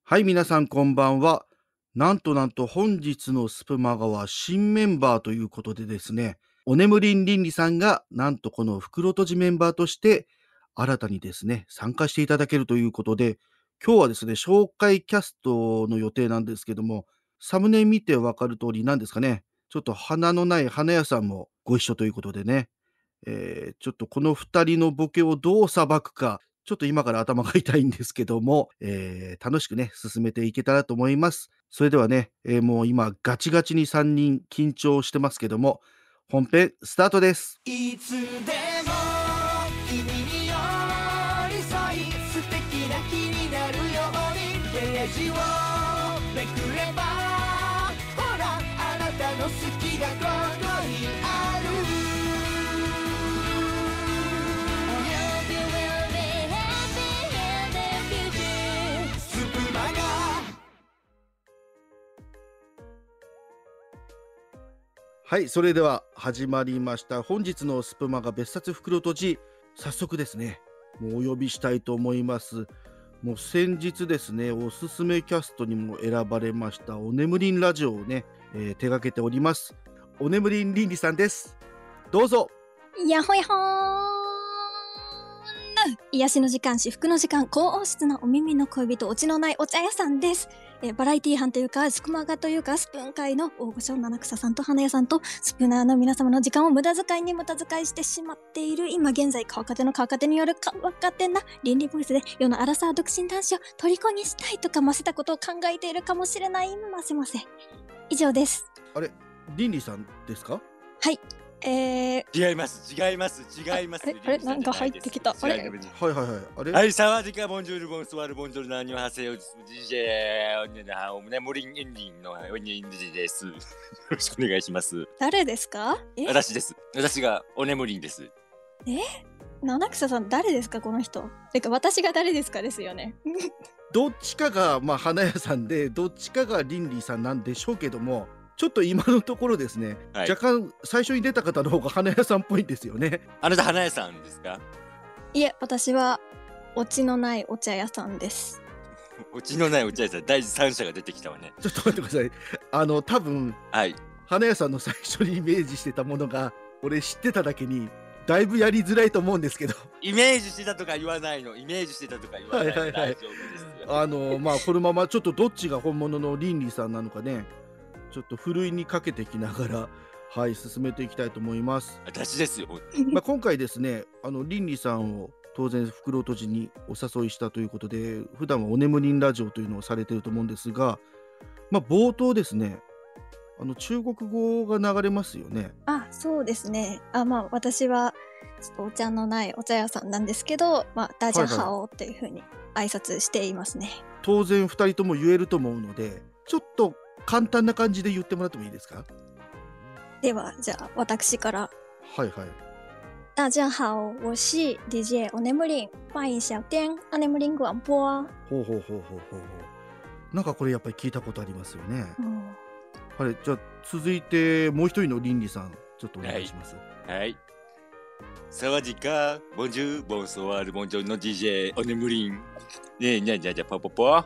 はい、皆さんこんばんは。なんと本日のスプマガは新メンバーということでですね、おねむりんりんりさんがなんとこの袋とじメンバーとして新たにですね、参加していただけるということで、今日はですね、紹介キャストの予定なんですけども、サムネ見てわかる通りなんですかね、ちょっと花のない花屋さんもご一緒ということでね、ちょっとこの2人のボケをどうさばくか、ちょっと今から頭が痛いんですけども、楽しくね、進めていけたらと思います。それではね、もう今ガチガチに3人緊張してますけども、本編スタートです。 いつでも君に寄り添い素敵な日になるようにページをめくればほらあなたの好きがここにあるスプマガはい、それでは始まりました。本日のスプマガ別冊袋とじ、早速ですね、もうお呼びしたいと思います。もう先日ですね、おすすめキャストにも選ばれましたおねむりんラジオをね、手掛けておりますおねむりんりんりさんです。どうぞ。 やほやほーん。癒しの時間、至福の時間、高音質なお耳の恋人、オチのないお茶屋さんです。バラエティ班というか、スプマガというか、スプーン界の大御所、七草さんと花屋さんと、スプーナーの皆様の時間を無駄遣いに無駄遣いしてしまっている、今現在、川風による若手な倫理ボイスで、世のアラサー独身男子を虜にしたいとかませたことを考えているかもしれない、ませませ。以上です。 あれ、りんりさんですか？ はい。 違います違います違います。 あれなんか入ってきた。あれはいはいはい。あれ、 はい、サワディカボンジュールボンスワルボンジュールナニョハセヨDJ おねむりんエンディンのおにんじです。よろしくお願いします。 誰ですか？ 私です。私がおねむりんです。 七草さん誰ですかこの人？てか私が誰ですかですよね。 どっちかが花屋さんでどっちかがりんりさんなんでしょうけども、ちょっと今のところですね、 はい、 若干最初に出た方の方が花屋さんっぽいんですよね。 あなた花屋さんですか？ いえ、私はオチのないお茶屋さんです。 オチのないお茶屋さん、第三者が出てきたわね。 ちょっと待ってください。多分、 はい、 花屋さんの最初にイメージしてたものが俺知ってただけにだいぶやりづらいと思うんですけど、 イメージしてたとか言わないの。イメージしてたとか言わないの。 はいはいはい、 大丈夫ですよ。 このままちょっとどっちが本物のりんりさんなのかね、ちょっとふるいにかけてきながら、はい、進めていきたいと思います。 私ですよ。 今回ですね、りんりさんを当然袋とじにお誘いしたということで、普段はおねむりんラジオというのをされていると思うんですが、冒頭ですね、中国語が流れますよね。 あ、そうですね。私はちょっとお茶のないお茶屋さんなんですけど、ダジャハオっていう風に挨拶していますね。 当然2人とも言えると思うので、ちょっと簡単な感じで言ってもらってもいいですか？ では、じゃあ私から。 はいはい。 大家好，我是 DJ おねむりん，欢迎小店おねむりん广播。 ほうほうほうほうほうほう。なんかこれやっぱり聞いたことありますよね。はい、じゃあ続いてもう一人のりんりさん、ちょっとお願いします。 はい。サワディカボンジューボンソワールボンジョンの DJ おねむりん。ねえ、じゃあポポポ。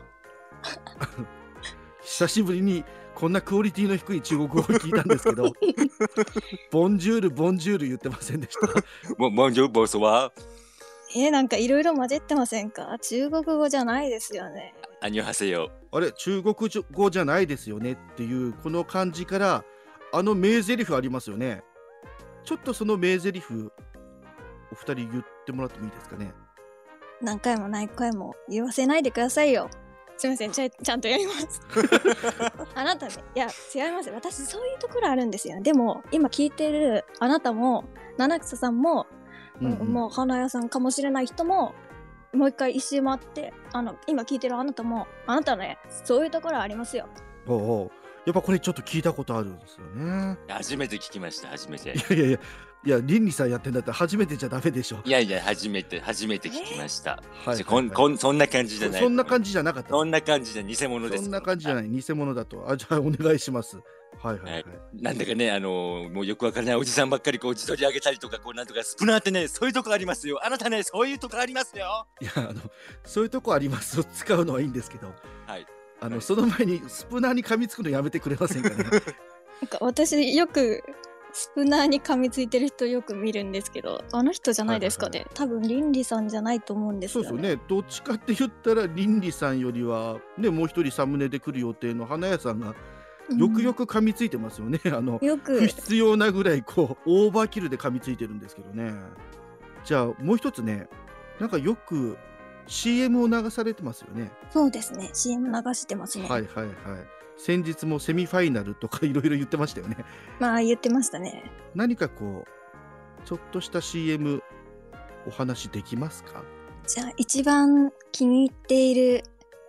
久しぶりにこんなクオリティの低い中国語を聞いたんですけどボンジュールボンジュール言ってませんでした？ ボンジューボンソワー。 なんかいろいろ混じってませんか？中国語じゃないですよね。 アニョハセヨ。 あれ、中国語じゃないですよねっていうこの感じから、名台詞ありますよね。ちょっとその名台詞お二人言ってもらってもいいですかね？ 何回も言わせないでくださいよ。すいません、ちゃんとやりますあなたね、いや違います。私そういうところあるんですよ。でも今聞いてるあなたも七草さんも、もう花屋さんかもしれない人ももう一回一周回って、今聞いてるあなたも、あなたね、そういうところありますよ。 やっぱこれちょっと聞いたことあるんですよね。 初めて聞きました。初めて。 いや、りんりさんやってんだったら初めてじゃダメでしょ。 いや、初めて聞きました。 はいそんな感じじゃない。 そんな感じじゃなかった。 そんな感じじゃ偽物です。 そんな感じじゃない、偽物だと。じゃあお願いします。はいはいはい。 なんだかね、もうよくわからないおじさんばっかりこう自撮り上げたりとか、こうなんとかスプナーってね、そういうとこありますよ。あなたね、そういうとこありますよ。 いや、そういうとこありますを使うのはいいんですけど、 はい。 その前にスプナーに噛みつくのやめてくれませんかね。 なんか私よくスプナーに噛みついてる人よく見るんですけど、あの人じゃないですかね。多分倫理さんじゃないと思うんですよね。 そうですよね。どっちかって言ったら倫理さんよりはね、もう一人サムネで来る予定の花屋さんがよくよく噛みついてますよね。 よく不必要なぐらいこうオーバーキルで噛みついてるんですけどね。じゃあもう一つね、なんかよく CM を流されてますよね。 そうですね。CM 流してますね。 はいはいはい。先日もセミファイナルとかいろいろ言ってましたよね。 まあ言ってましたね。 何かこうちょっとした CM お話できますか？ じゃあ一番気に入っている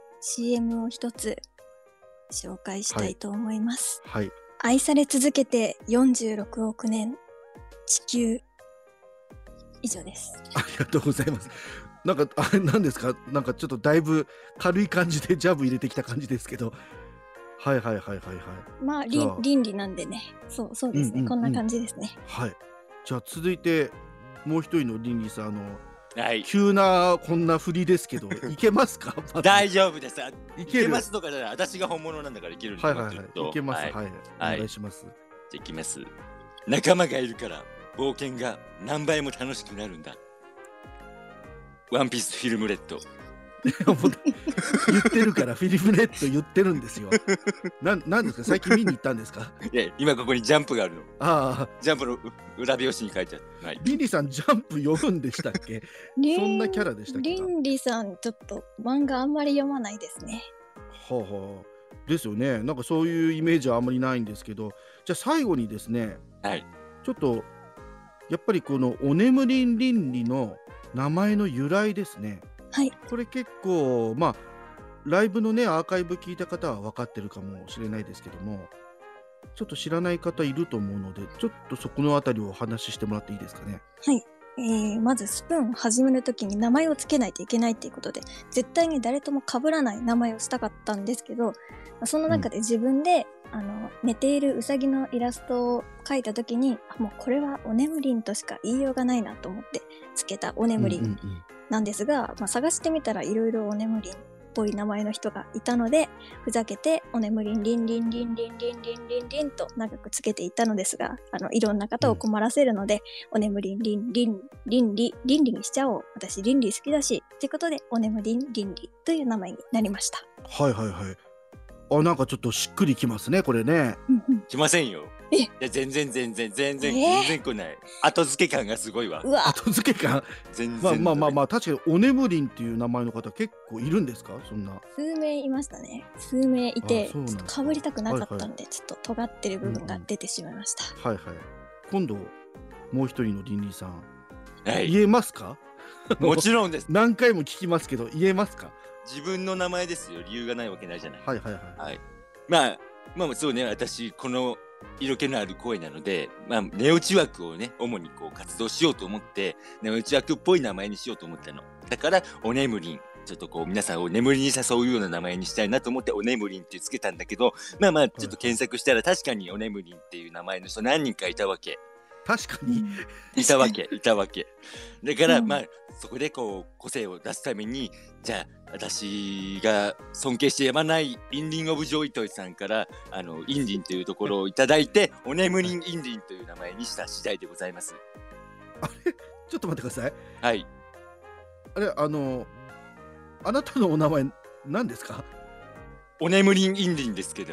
CM を一つ紹介したいと思います。 はい。 愛され続けて46億年、地球。以上です。 ありがとうございます。なんかあれなんですか？なんかちょっとだいぶ軽い感じでジャブ入れてきた感じですけど。はいはいはいはいはい。 まあじゃあ倫理なんでね。そうですね、こんな感じですね。 はい。じゃあ続いてもう一人の倫理さん、 はい。 急なこんな振りですけど、いけますか？まず大丈夫です。 いける。 いけますとかじゃない。私が本物なんだからいけるに決はいはいはい。 まってると。 いけます。 はい。 はい。おはい願いします。 じゃあいきます。仲間がいるから冒険が何倍も楽しくなるんだ。ワンピースフィルムレッド。 もう言ってるからフィリムネット言ってるんですよ。なんですか？最近見に行ったんですか？ いや、今ここにジャンプがあるの。 ああ、 ジャンプの裏表紙に書いてある。はい。 リリさんジャンプ読むんでしたっけ？そんなキャラでしたっけ？ 倫理さんちょっと漫画あんまり読まないですね。 はあはあ。ですよね。なんかそういうイメージはあんまりないんですけど、じゃあ最後にですね、 はい。 ちょっとやっぱりこのおねむりん倫理の名前の由来ですね。 はい。 これ結構まあライブのねアーカイブ聞いた方は分かってるかもしれないですけども、ちょっと知らない方いると思うので、ちょっとそこのあたりをお話ししてもらっていいですかね。 はい。まずスプーンを始めるときに名前をつけないといけないっていうことで、絶対に誰とも被らない名前をしたかったんですけど、その中で自分で、寝ているウサギのイラストを描いたときに、もうこれはおねむりんとしか言いようがないなと思ってつけたおねむりんなんですが、探してみたらいろいろおねむりんっぽい名前の人がいたので、ふざけておねむりんりんりんりんりんりんりんりんりんと長くつけていったのですが、いろんな方を困らせるので、おねむりんりんりんりんりりんりにしちゃおう。私りんり好きだし、ということでおねむりんりんりという名前になりました。 はいはいはい。あ、なんかちょっとしっくりきますねこれね。 来ませんよ。 えいや、全然来ない。後付け感がすごいわ。 うわ、 後付け感。 全然。 まあ確かにおねむりんっていう名前の方結構いるんですか？そんな。 数名いましたね。数名いて、 そうなんだちょっと被りたくなかったんで、 はいはちょっと尖ってる部分が出てしまいました。 はいはい。今度もう一人の倫理さん、 はい。 言えますか？ もちろんです。 何回も聞きますけど言えますか？ 自分の名前ですよ。理由がないわけないじゃない。 はいはいはい。 はい。まあそうね、私この色気のある声なので、ネオチ枠をね主にこう活動しようと思って、ネオチ枠っぽい名前にしようと思ったの。だからおねむりん、ちょっとこう皆さんを眠りに誘うような名前にしたいなと思っておねむりんってつけたんだけど、ちょっと検索したら確かにおねむりんっていう名前の人何人かいたわけ。 確かに。 いたわけ。だから、 うんそこでこう個性を出すために、じゃあ私が尊敬してやまないインリン・オブ・ジョイトイさんからインリンというところをいただいて、おねむりんインリンという名前にした次第でございます。 あれちょっと待ってください。 はい。 あれあなたのお名前何ですか？ おねむりんインリンですけど。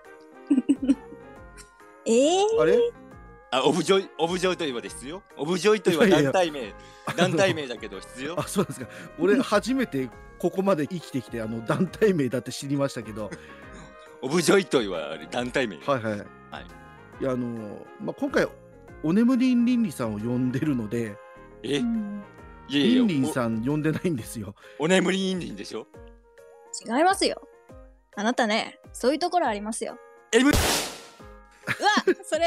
あれオブジョイトイはですよ。オブジョイトイは団体名。団体名だけど必要。 あ、そうなんですか。俺初めてここまで生きてきて団体名だって知りましたけど。 オブジョイトイはあれ団体名。 はいはい。 はい。 いや今回おねむりんりんりさんを呼んでるので、 え、 うんいやいや、 りんりんさん呼んでないんですよ。 おねむりんインリンでしょ。 違いますよ。あなたね、そういうところありますよ。 M うわ、それ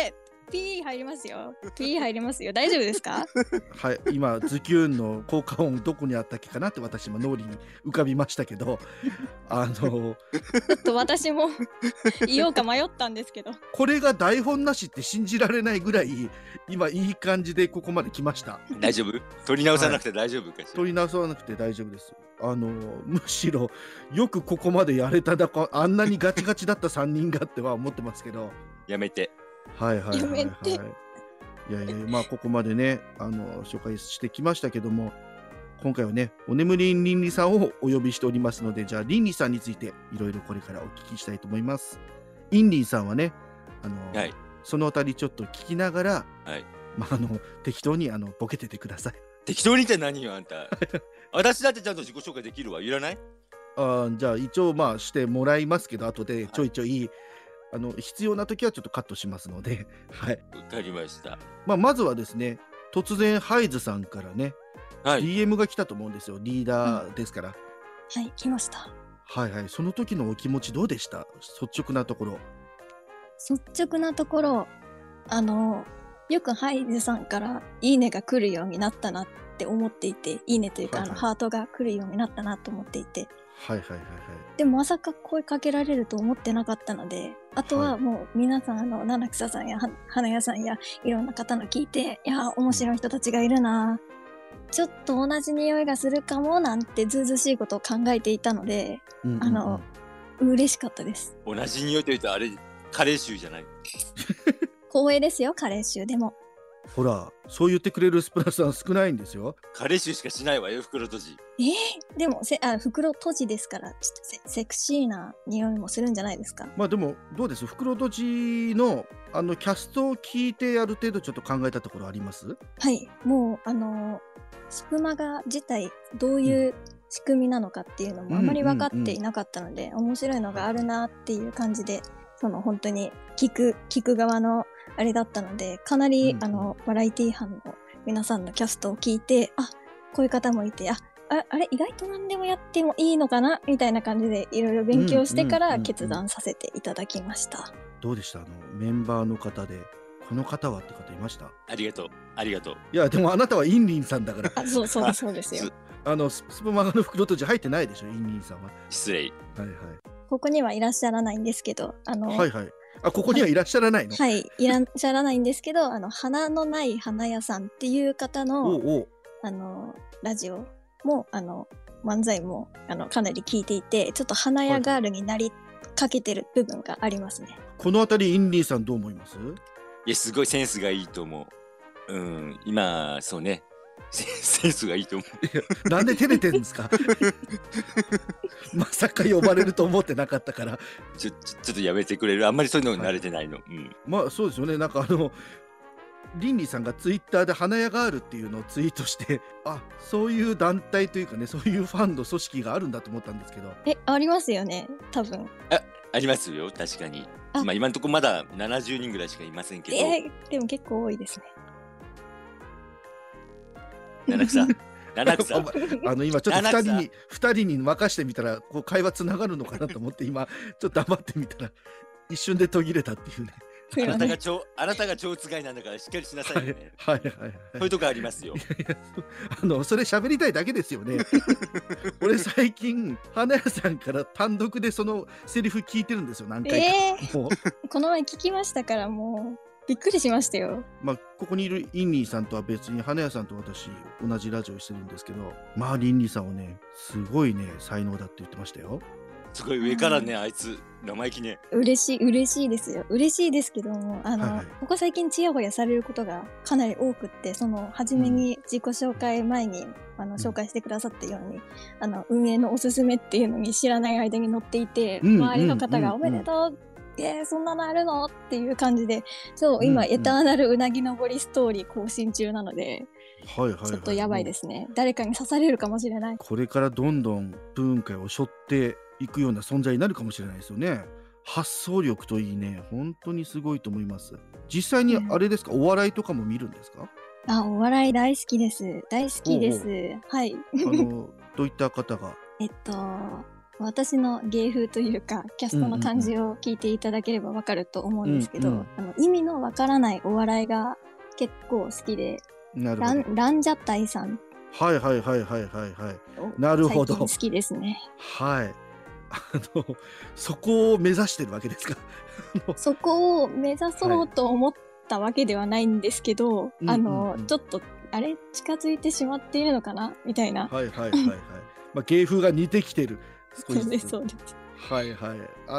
P 入りますよ。P 入りますよ。大丈夫ですか？ はい、今ズキュンの効果音どこにあったっけかなって私今脳裏に浮かびましたけど、 ちょっと私も言おうか迷ったんですけど。 これが台本なしって信じられないぐらい今いい感じでここまで来ました。 大丈夫？取り直さなくて大丈夫かしら。 取り直さなくて大丈夫です。むしろよくここまでやれただか、あんなにガチガチだった3人がっては思ってますけど、 やめて。 はいはいはいはい。 やめていやいや、まあここまでね紹介してきましたけども、今回はねおねむりんりんりさんをお呼びしておりますので、じゃありんりさんについていろいろこれからお聞きしたいと思います。インリンさんはねはい。 そのあたりちょっと聞きながら、 はい。 まあ適当にボケててください。 適当にって何よあんた。私だってちゃんと自己紹介できるわ。いらない？ じゃあ一応まあしてもらいますけど、後でちょいちょい、必要な時はちょっとカットしますので、はい。 わかりました。 まずはですね、突然ハイズさんからね、 はい。 DM が来たと思うんですよ。リーダーですから。 はい、来ました。 はいはい。その時のお気持ちどうでした？率直なところ。 率直なところ、よくハイズさんからいいねが来るようになったなって思っていて、いいねというか、 はいはいハートが来るようになったなと思っていて、 はいはいはいはい。 でもまさか声かけられると思ってなかったので、あとははいもう皆さん、七草さんや花屋さんやいろんな方の聞いて、いや、面白い人たちがいるな、ちょっと同じ匂いがするかもなんてずうずうしいことを考えていたので、 うんうんうん嬉しかったです。 同じ匂いというとあれカレー臭じゃない。 光栄ですよ、カレー臭でも。 ほら、そう言ってくれるスプラさん少ないんですよ。 カレー臭しかしないわよ袋閉じ。 でも袋閉じですから、ちょっとセクシーな匂いもするんじゃないですか。 まあでもどうです？袋とじのキャストを聞いてある程度ちょっと考えたところあります？ はい、もうスプマガ自体どういう仕組みなのかっていうのもあまり分かっていなかったので、面白いのがあるなっていう感じで、本当に聞く側のあれだったので、かなり、バラエティ班の皆さんのキャストを聞いて、あ、こういう方もいて、あれ意外と何でもやってもいいのかなみたいな感じでいろいろ勉強してから決断させていただきました。 どうでした？メンバーの方でこの方はって方いました？ ありがとうありがとう。 いやでもあなたはインリンさんだからそうですよ。 スプマガの袋とじ入ってないでしょ、インリンさんは。 失礼。 はいはい。 ここにはいらっしゃらないんですけど、 はいはい。ここにはいらっしゃらないの？ はい、いらっしゃらないんですけど、花のない花屋さんっていう方の、ラジオも、漫才も、かなり聞いていて、ちょっと花屋ガールになりかけてる部分がありますね。 このあたり、インリンさんどう思います？ いや、すごいセンスがいいと思う。今、そうね。センスがいいと思う。なんで照れてるんですか？まさか呼ばれると思ってなかったから。 ちょっとやめてくれる？あんまりそういうの慣れてないの。 まあそうですよね。なんかリンリさんがツイッターで花屋ガールっていうのをツイートして、あ、そういう団体というかね、そういうファンの組織があるんだと思ったんですけど。 ありますよね、多分。 ありますよ、確かに。まあ今のところまだ70人ぐらいしかいませんけど。 でも結構多いですね。 七草今ちょっと 2人に任してみたらこう会話つながるのかなと思って今ちょっと黙ってみたら一瞬で途切れたっていうね。 あなたが超つがいなんだからしっかりしなさいよね。 はいそういうとこありますよ。 それ喋りたいだけですよね。俺最近花屋さんから単独でそのセリフ聞いてるんですよ、何回か。もうこの前聞きましたから、もうびっくりしましたよ。 まあここにいるインリーさんとは別に花屋さんと私同じラジオしてるんですけど、まあリンリーさんはねすごいね才能だって言ってましたよ。 すごい上からね、あいつ生意気ね。 嬉しいですよ。嬉しいですけども、ここ最近ちやほやされることがかなり多くって、初めに自己紹介前に、紹介してくださったように、運営のおすすめっていうのに知らない間に載っていて、周りの方がおめでとう、そんなのあるのっていう感じで、今、エターナルうなぎ登りストーリー更新中なので、ちょっとやばいですね。誰かに刺されるかもしれない。 これからどんどん文化を背負っていくような存在になるかもしれないですよね。発想力といいね、本当にすごいと思います。実際にあれですか、お笑いとかも見るんですか？ お笑い大好きです。大好きです。はい。 どういった方が？ 私の芸風というか、キャストの感じを聞いていただければわかると思うんですけど、意味のわからないお笑いが結構好きで、 なるほど。 ランジャタイさんはいはいはいはいはいはい。なるほど。 最近好きですね。 はい。そこを目指してるわけですか。 そこを目指そうと思ったわけではないんですけど、ちょっと、あれ近づいてしまっているのかなみたいな。 はいはいはいはい。まあ、芸風が似てきてる。 そうです、そうです。 はいはい。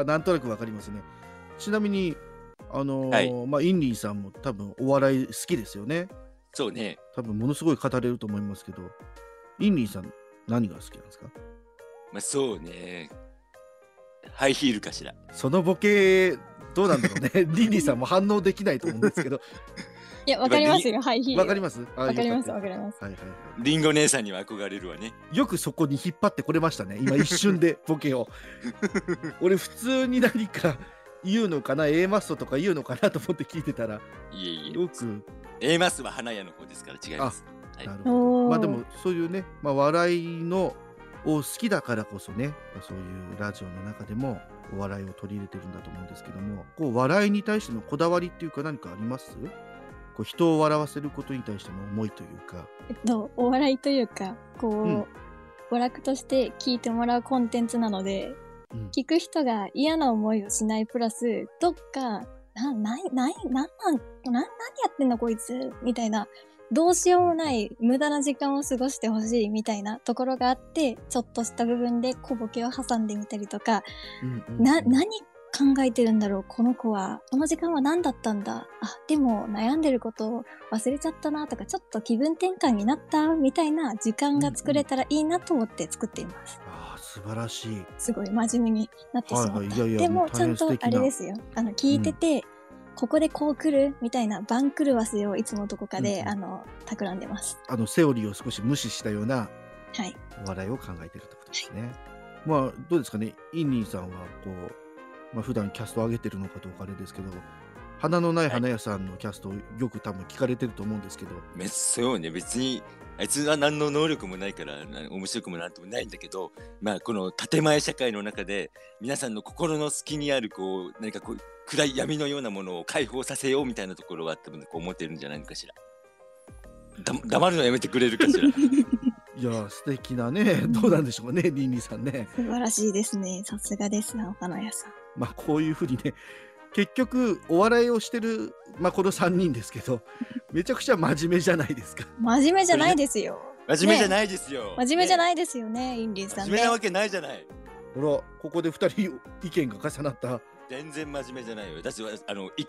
なんとなくわかりますね。ちなみに、まあ、インリーさんも多分お笑い好きですよね。 そうね。 多分ものすごい語れると思いますけど、インリーさん何が好きなんですか？ まあそうね。ハイヒールかしら。 そのボケどうなんだろうね。リンリーさんも反応できないと思うんですけど。 いや、わかりますよ、ハイヒール。 わかります？ わかります、わかります。 はいはいはい。 リンゴ姉さんには憧れるわね。 よくそこに引っ張ってこれましたね。今一瞬でボケを。俺普通に何か言うのかな、A マストとか言うのかなと思って聞いてたら、 いえいえ。 よく A マスは花屋の方ですから違います。はい、 なるほど。まあでもそういうね、まあ、笑いのを好きだからこそね、そういうラジオの中でもお笑いを取り入れてるんだと思うんですけども、こう笑いに対してのこだわりっていうか何かあります？こう人を笑わせることに対しての思いというか。 お笑いというか、こう、娯楽として聞いてもらうコンテンツなので、聞く人が嫌な思いをしないプラス、どっか、何やってんのこいつみたいな、どうしようもない無駄な時間を過ごしてほしいみたいなところがあって、ちょっとした部分で小ボケを挟んでみたりとか、何考えてるんだろうこの子は。この時間は何だったんだ。でも悩んでることを忘れちゃったなとか、ちょっと気分転換になったみたいな時間が作れたらいいなと思って作っています。 素晴らしい。 すごい真面目になってしまった。でもちゃんとあれですよ。聞いてて、ここでこう来るみたいな番狂わせをいつもどこかで、企んでます。 セオリーを少し無視したようなお笑いを考えてるってことですね。まあどうですかね、インニーさんはこう、まあ、普段キャストを上げてるのかどうかあれですけど、花のない花屋さんのキャストをよく多分聞かれてると思うんですけど、 そうね、別にあいつは何の能力もないから面白くもなんともないんだけど、まあこの建前社会の中で皆さんの心の隙にあるこう何かこう暗い闇のようなものを解放させようみたいなところは多分こう思ってるんじゃないのかしら。黙るのやめてくれるかしら。 いや素敵なね、どうなんでしょうね、リンリーさんね。 素晴らしいですね。さすがですな、お花屋さん。 まあこういうふうにね、結局お笑いをしてる、まあ、この3人ですけど、めちゃくちゃ真面目じゃないですか。 真面目じゃないですよ。 真面目じゃないですよ。 真面目じゃないですよね、インリーさんね。 真面目なわけないじゃない。 ほら、ここで2人意見が重なった。 全然真面目じゃないよ。私は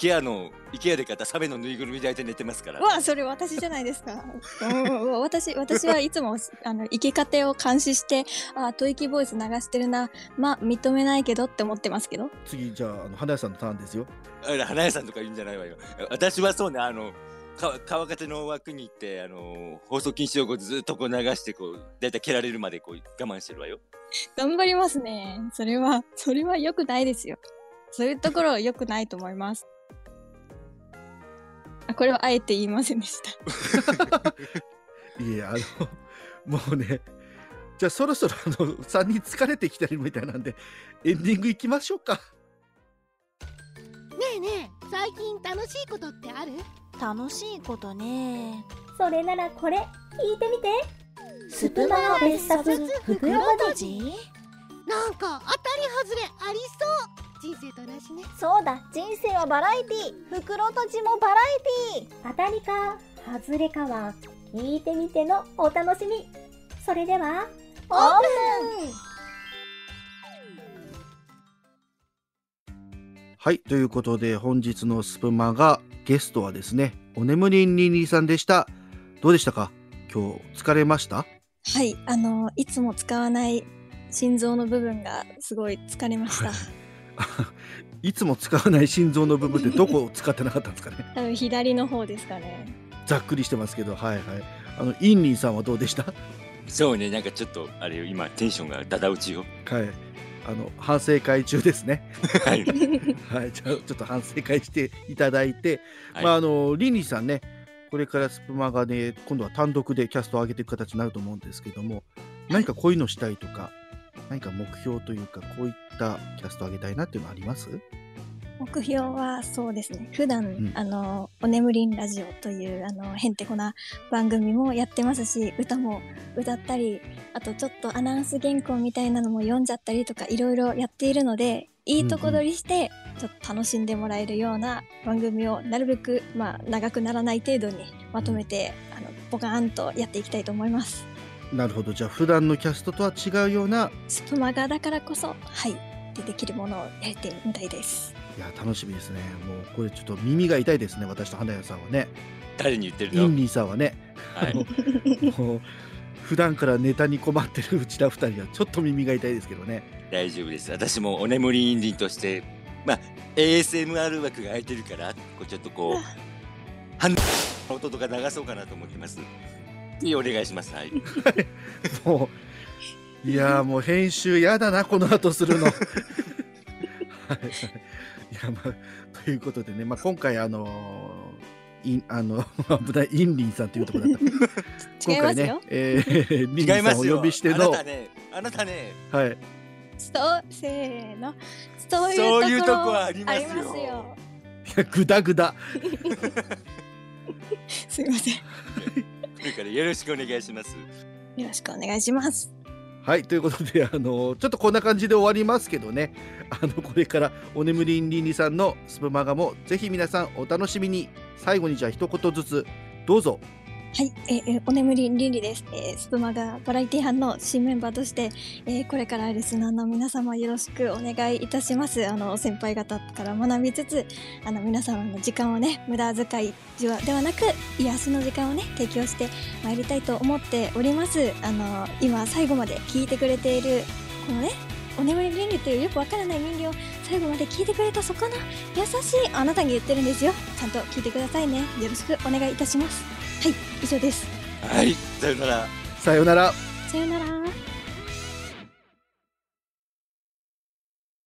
IKEA で買ったサメのぬいぐるみ抱いて寝てますから。 うわ、それ私じゃないですか。私はいつも生き方を監視して、吐息ボイス流してるな、まあ認めないけどって思ってますけど。 次じゃあ花屋さんのターンですよ。 花屋さんとかいいんじゃないわよ。私はそうね、川方の枠に行って放送禁止用語ずっとこう流してこうだいたい蹴られるまでこう我慢してるわよ。 頑張りますね。それは良くないですよ。そういうところは良くないと思います。これはあえて言いませんでした。 いやもうね、じゃあそろそろ3人疲れてきてるみたいなんでエンディングいきましょうか。 ねえねえ、最近楽しいことってある？ 楽しいことね。 それならこれ聞いてみて。 スプマガ別冊袋とじ。 なんか当たり外れありそう。人生と同じね。 そうだ、人生はバラエティー。袋とじもバラエティー。当たりか外れかは聞いてみてのお楽しみ。それではオープン。はい、ということで本日のスプマガゲストはですね、おねむりんりんりんさんでした。どうでしたか？今日疲れました？ はい、いつも使わない心臓の部分がすごい疲れました。 いつも使わない心臓の部分ってどこを使ってなかったんですかね？ 多分左の方ですかね。 ざっくりしてますけど、はいはい。インリンさんはどうでした？ そうね、なんかちょっとあれよ、今テンションがだだ落ちよ。 はい。反省会中ですね。 はい。 はい、じゃあちょっと反省会していただいて、 はい、 まあリンリンさんね、これからスプマガで今度は単独でキャストを上げていく形になると思うんですけども、何かこういうのしたいとか何か目標というか、こういったキャストを上げたいなっていうのはあります？ 目標はそうですね。普段、おねむりんラジオというへんてこな番組もやってますし、歌も歌ったり、あとちょっとアナウンス原稿みたいなのも読んじゃったりとかいろいろやっているので、いいとこ取りしてちょっと楽しんでもらえるような番組をなるべく長くならない程度にまとめてボカーンとやっていきたいと思います。 なるほど。じゃあ普段のキャストとは違うようなスプマガだからこそ、はい、出てきるものをやってみたいです。 いや楽しみですね。もうこれちょっと耳が痛いですね。私と花屋さんはね。 誰に言ってるの？ インリーさんはね、 はい、 もう普段からネタに困ってるうちら二人はちょっと耳が痛いですけどね。 大丈夫です。私もおねむりインリンとしてASMR 枠が空いてるからちょっと反応音とか流そうかなと思ってます。お願いします。はい。 もういやもう編集やだなこの後するの。はいいやということでね、今回危ないインリンさんというところだった。今回ね、リンリンさんをお呼びしてのあなたね、 はい。 せーの、 そういうとこはありますよ。 いやグダグダ。 すいません。 これからよろしくお願いします。 よろしくお願いします。 はい、ということでちょっとこんな感じで終わりますけどね、これからおねむりんりんりさんのスプマガもぜひ皆さんお楽しみに。最後にじゃあ一言ずつどうぞ。 はい、おねむりんりんりです。スプマガバラエティ班の新メンバーとして、これからリスナーの皆様よろしくお願いいたします。先輩方から学びつつ、皆様の時間をね、無駄遣いではなく、癒しの時間をね、提供してまいりたいと思っております。今最後まで聞いてくれている、このね、おねむりんりんりというよくわからない人形を最後まで聞いてくれたそこの優しいあなたに言ってるんですよ。ちゃんと聞いてくださいね。よろしくお願いいたします。はい、以上です。 はい、さよなら。 さよなら。 さよなら。